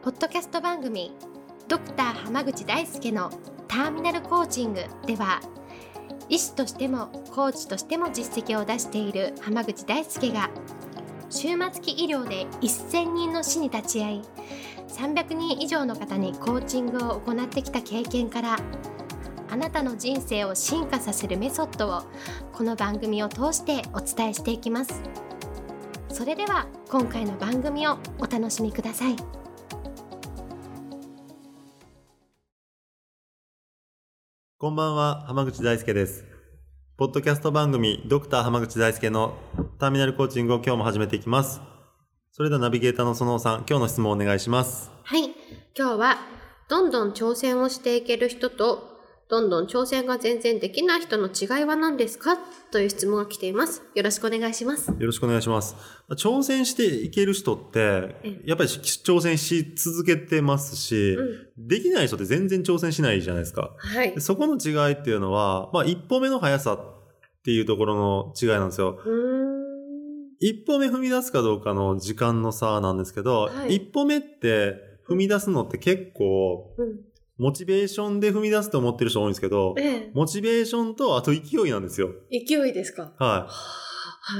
ポッドキャスト番組ドクター濱口大輔のターミナルコーチングでは、医師としてもコーチとしても実績を出している濱口大輔が終末期医療で1000人の死に立ち会い、300人以上の方にコーチングを行ってきた経験から、あなたの人生を進化させるメソッドをこの番組を通してお伝えしていきます。それでは今回の番組をお楽しみください。 こんばんは、濱口大輔です。ポッドキャスト番組ドクター濱口大輔のターミナルコーチングを今日も始めていきます。それではナビゲーターの園尾さん、今日の質問をお願いします。 はい、今日はどんどん挑戦をしていける人とどんどん挑戦が全然できない人の違いは何ですかという質問が来ています。よろしくお願いします。 よろしくお願いします。挑戦していける人ってやっぱり挑戦し続けてますし、できない人って全然挑戦しないじゃないですか。 はい。 そこの違いっていうのは、一歩目の速さっていうところの違いなんですよ。一歩目踏み出すかどうかの時間の差なんですけど、一歩目って踏み出すのって結構、モチベーションで踏み出すと思ってる人多いんですけど、モチベーションとあと勢いなんですよ。 勢いですか？ はい。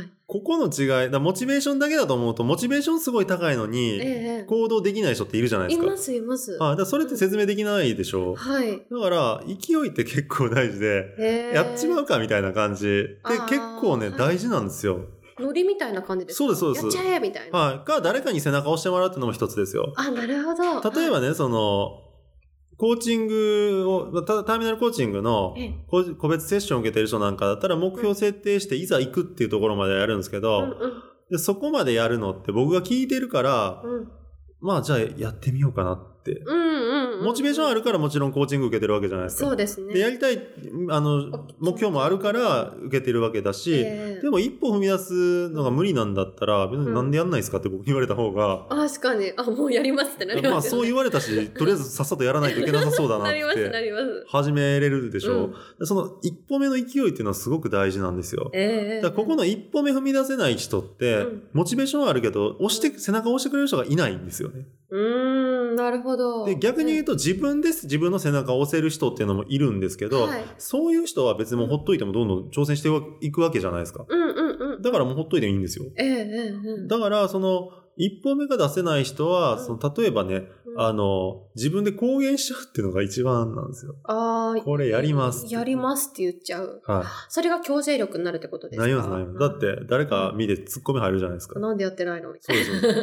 ここの違い、モチベーションだけだと思うと、モチベーションすごい高いのに、行動できない人っているじゃないですか。 います。 だからそれって説明できないでしょ。 はい。 だから、勢いって結構大事で、やっちまうかみたいな感じで、結構ね、大事なんですよ。 ノリみたいな感じですか？ そうです。 やっちゃえみたいな。 はい。か、誰かに背中を押してもらうっていうのも一つですよ。 なるほど。 例えばね、コーチングを、ターミナルコーチングの個別セッションを受けてる人なんかだったら目標設定していざ行くっていうところまでやるんですけど、でそこまでやるのって僕が聞いてるから、じゃあやってみようかなって。モチベーションあるからもちろんコーチング受けてるわけじゃないですか。 そうですね。 で、やりたい、目標もあるから受けてるわけだし、でも一歩踏み出すのが無理なんだったら、別になんでやんないですかって僕言われた方が。 確かに。もうやりますってなりますよね。 そう言われたし、とりあえずさっさとやらないといけなさそうだなって。 なります。 始めれるでしょ。その一歩目の勢いっていうのはすごく大事なんですよ。だからここの一歩目踏み出せない人って、モチベーションはあるけど、背中を押してくれる人がいないんですよね。 なるほど。 で、逆に言うと自分の背中を押せる人っていうのもいるんですけど、そういう人は別にもうほっといてもどんどん挑戦していくわけじゃないですか。だからもうほっといてもいいんですよ。だから一歩目が出せない人は、例えばね、自分で公言しちゃうっていうのが一番なんですよ。これやります。 やりますって言っちゃう。それが強制力になるってことですか？ なります。だって、誰か見て突っ込み入るじゃないですか。 なんでやってないのみたいな。 そうです。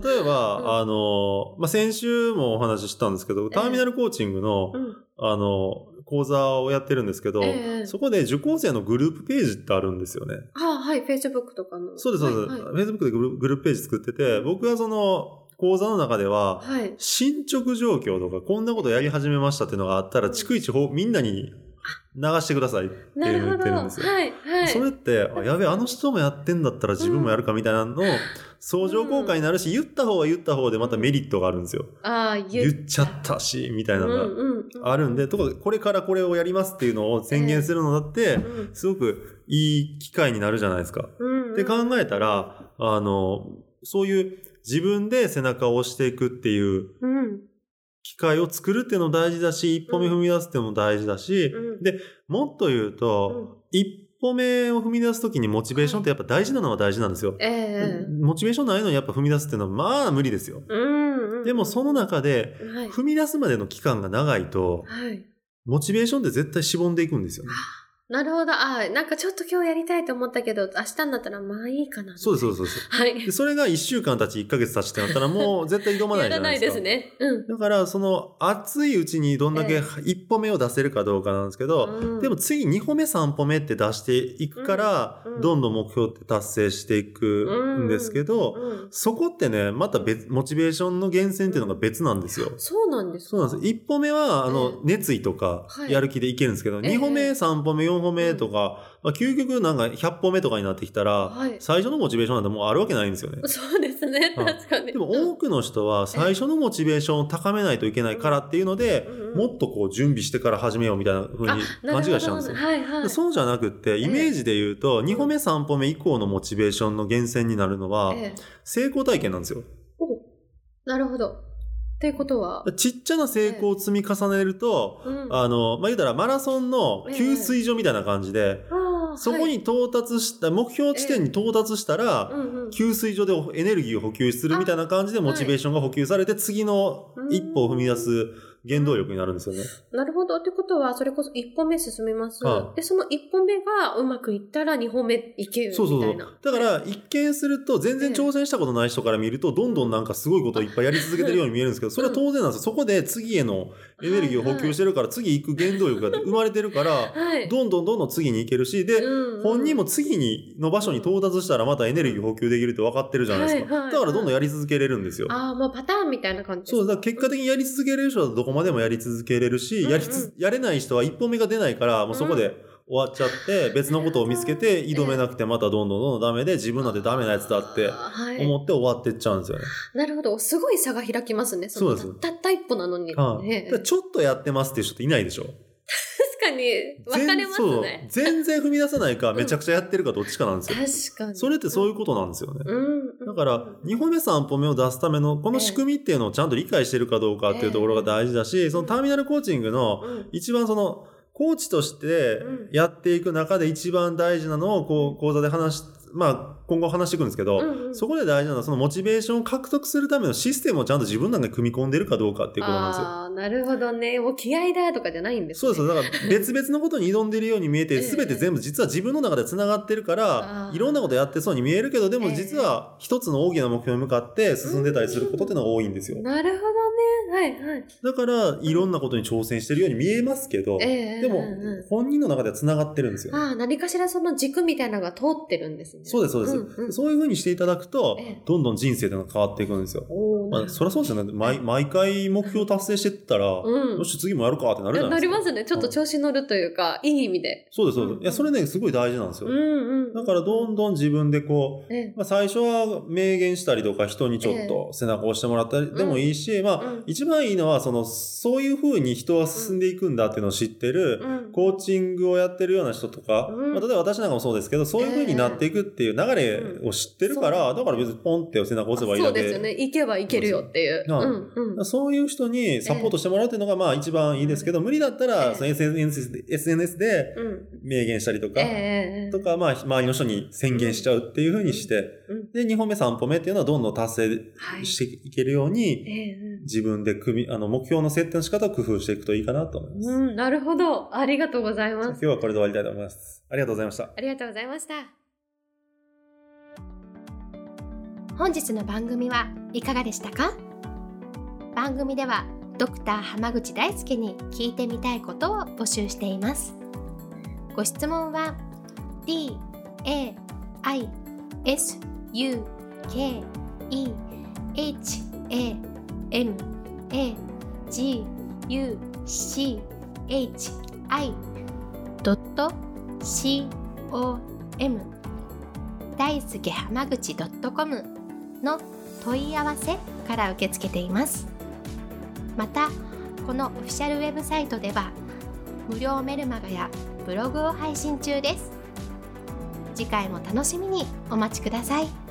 例えば、先週もお話ししたんですけど、ターミナルコーチングの、講座をやってるんですけど、そこで受講生のグループページってあるんですよね。 はい、Facebook とかの。 そうです。Facebook でグループページ作ってて、僕は講座の中では、進捗状況とか、こんなことやり始めましたっていうのがあったら、逐一みんなに流してくださいって言ってるんですよ。それって、やべえ、あの人もやってんだったら自分もやるかみたいなのを、相乗効果になるし、言った方でまたメリットがあるんですよ。言っちゃったし、みたいなのがあるんで、これからこれをやりますっていうのを宣言するのだって、すごくいい機会になるじゃないですか。って考えたら、そういう自分で背中を押していくっていう機会を作るっていうのも大事だし、一歩目踏み出すっていうのも大事だし、で、もっと言うと、一歩目を踏み出すときにモチベーションってやっぱ大事なのは大事なんですよ。モチベーションないのにやっぱ踏み出すっていうのは無理ですよ。でもその中で踏み出すまでの期間が長いと、モチベーションって絶対しぼんでいくんですよね。 なるほど。なんかちょっと今日やりたいと思ったけど、明日になったらいいかな。 そうです。 はい。 で、それが1週間経ち、1ヶ月経ちってなったらもう絶対挑まないじゃないですか。 やらないですね。 だから、熱いうちにどんだけ一歩目を出せるかどうかなんですけど、でも次2歩目、3歩目って出していくから、どんどん目標って達成していくんですけど、そこってね、またモチベーションの源泉っていうのが別なんですよ。 そうなんですか？ そうなんです。1歩目は、熱意とか、やる気でいけるんですけど、2歩目、3歩目、4歩目とか、究極なんか100歩目とかになってきたら、最初のモチベーションなんてもうあるわけないんですよね。 そうですね、確かに。 でも多くの人は最初のモチベーションを高めないといけないからっていうので、もっと準備してから始めようみたいな風に勘違いしちゃうんですよ。そうじゃなくって、イメージで言うと、2歩目、3歩目以降のモチベーションの源泉になるのは、成功体験なんですよ。 なるほど。 っていうことはちっちゃな成功を積み重ねると、言うたらマラソンの給水所みたいな感じで、そこに到達した、目標地点に到達したら、給水所でエネルギーを補給するみたいな感じでモチベーションが補給されて、次の一歩を踏み出す原動力になるんですよね。 なるほど。ってことは、それこそ1本目進みます。で、その1本目がうまくいったら2本目いけるみたいな。そうだから、一見すると全然挑戦したことない人から見ると、どんどんなんかすごいことをいっぱいやり続けてるように見えるんですけど、それは当然なんですよ。そこで次へのエネルギーを補給してるから、次行く原動力が生まれてるから、どんどん次に行けるし、で、本人も次の場所に到達したらまたエネルギー補給できるって分かってるじゃないですか。だからどんどんやり続けれるんですよ。 もうパターンみたいな感じですか。 そう、だから結果的にやり続けれる人はどこまでもやり続けれるし、やれない人は一歩目が出ないから、もうそこで終わっちゃって、別のことを見つけて、挑めなくてまたどんどんダメで、自分なんてダメなやつだって思って終わってっちゃうんですよね。 なるほど。すごい差が開きますね。 そうです。 たった一歩なのに。 ちょっとやってますっていう人っていないでしょ。 確かに、分かれますね。 全然踏み出さないか、めちゃくちゃやってるかどっちかなんですよ。 確かに。 それってそういうことなんですよね。だから、2歩目3歩目を出すための、この仕組みっていうのをちゃんと理解してるかどうかっていうところが大事だし、そのターミナルコーチングの一番その、コーチとしてやっていく中で一番大事なのを、講座で今後話していくんですけど、そこで大事なのはそのモチベーションを獲得するためのシステムをちゃんと自分の中に組み込んでるかどうかっていうことなんですよ。 なるほどね。もう気合だとかじゃないんですね。 そうです。だから別々のことに挑んでるように見えて、全て全部実は自分の中で繋がってるから、いろんなことやってそうに見えるけど、でも実は一つの大きな目標に向かって進んでたりすることっていうのが多いんですよ。 なるほどね。 だから、いろんなことに挑戦してるように見えますけど、でも、本人の中では繋がってるんですよ。 何かしらその軸みたいなのが通ってるんですね。 そうです、そうです。そういう風にしていただくと、どんどん人生っていうのが変わっていくんですよ。そりゃそうですよね。毎回目標達成してったら、よし、次もやるかってなるじゃないですか。 なりますね。ちょっと調子乗るというか、いい意味で。 そうです、そうです。いや、それね、すごい大事なんですよ。だから、どんどん自分で最初は明言したりとか、人にちょっと背中を押してもらったりでもいいし、一番いいのは、そういう風に人は進んでいくんだっていうのを知ってる、コーチングをやってるような人とか、例えば私なんかもそうですけど、そういう風になっていくっていう流れを知ってるから、だから別にポンって背中押せばいいだけ。 そうですよね。行けば行けるよっていう。 そういう人にサポートしてもらうっていうのが一番いいですけど、無理だったら、SNS で明言したりとか、周りの人に宣言しちゃうっていう風にして、で、2歩目3歩目っていうのはどんどん達成していけるように、自分で目標の設定の仕方を工夫していくといいかなと思います。 なるほど。ありがとうございます。 今日はこれで終わりたいと思います。ありがとうございました。 ありがとうございました。本日の番組はいかがでしたか？番組ではドクター濱口大輔に聞いてみたいことを募集しています。ご質問は daisukehamuchi.com 大輔濱口 .com の問い合わせから受け付けています。また、このオフィシャルウェブサイトでは無料メルマガやブログを配信中です。次回も楽しみにお待ちください。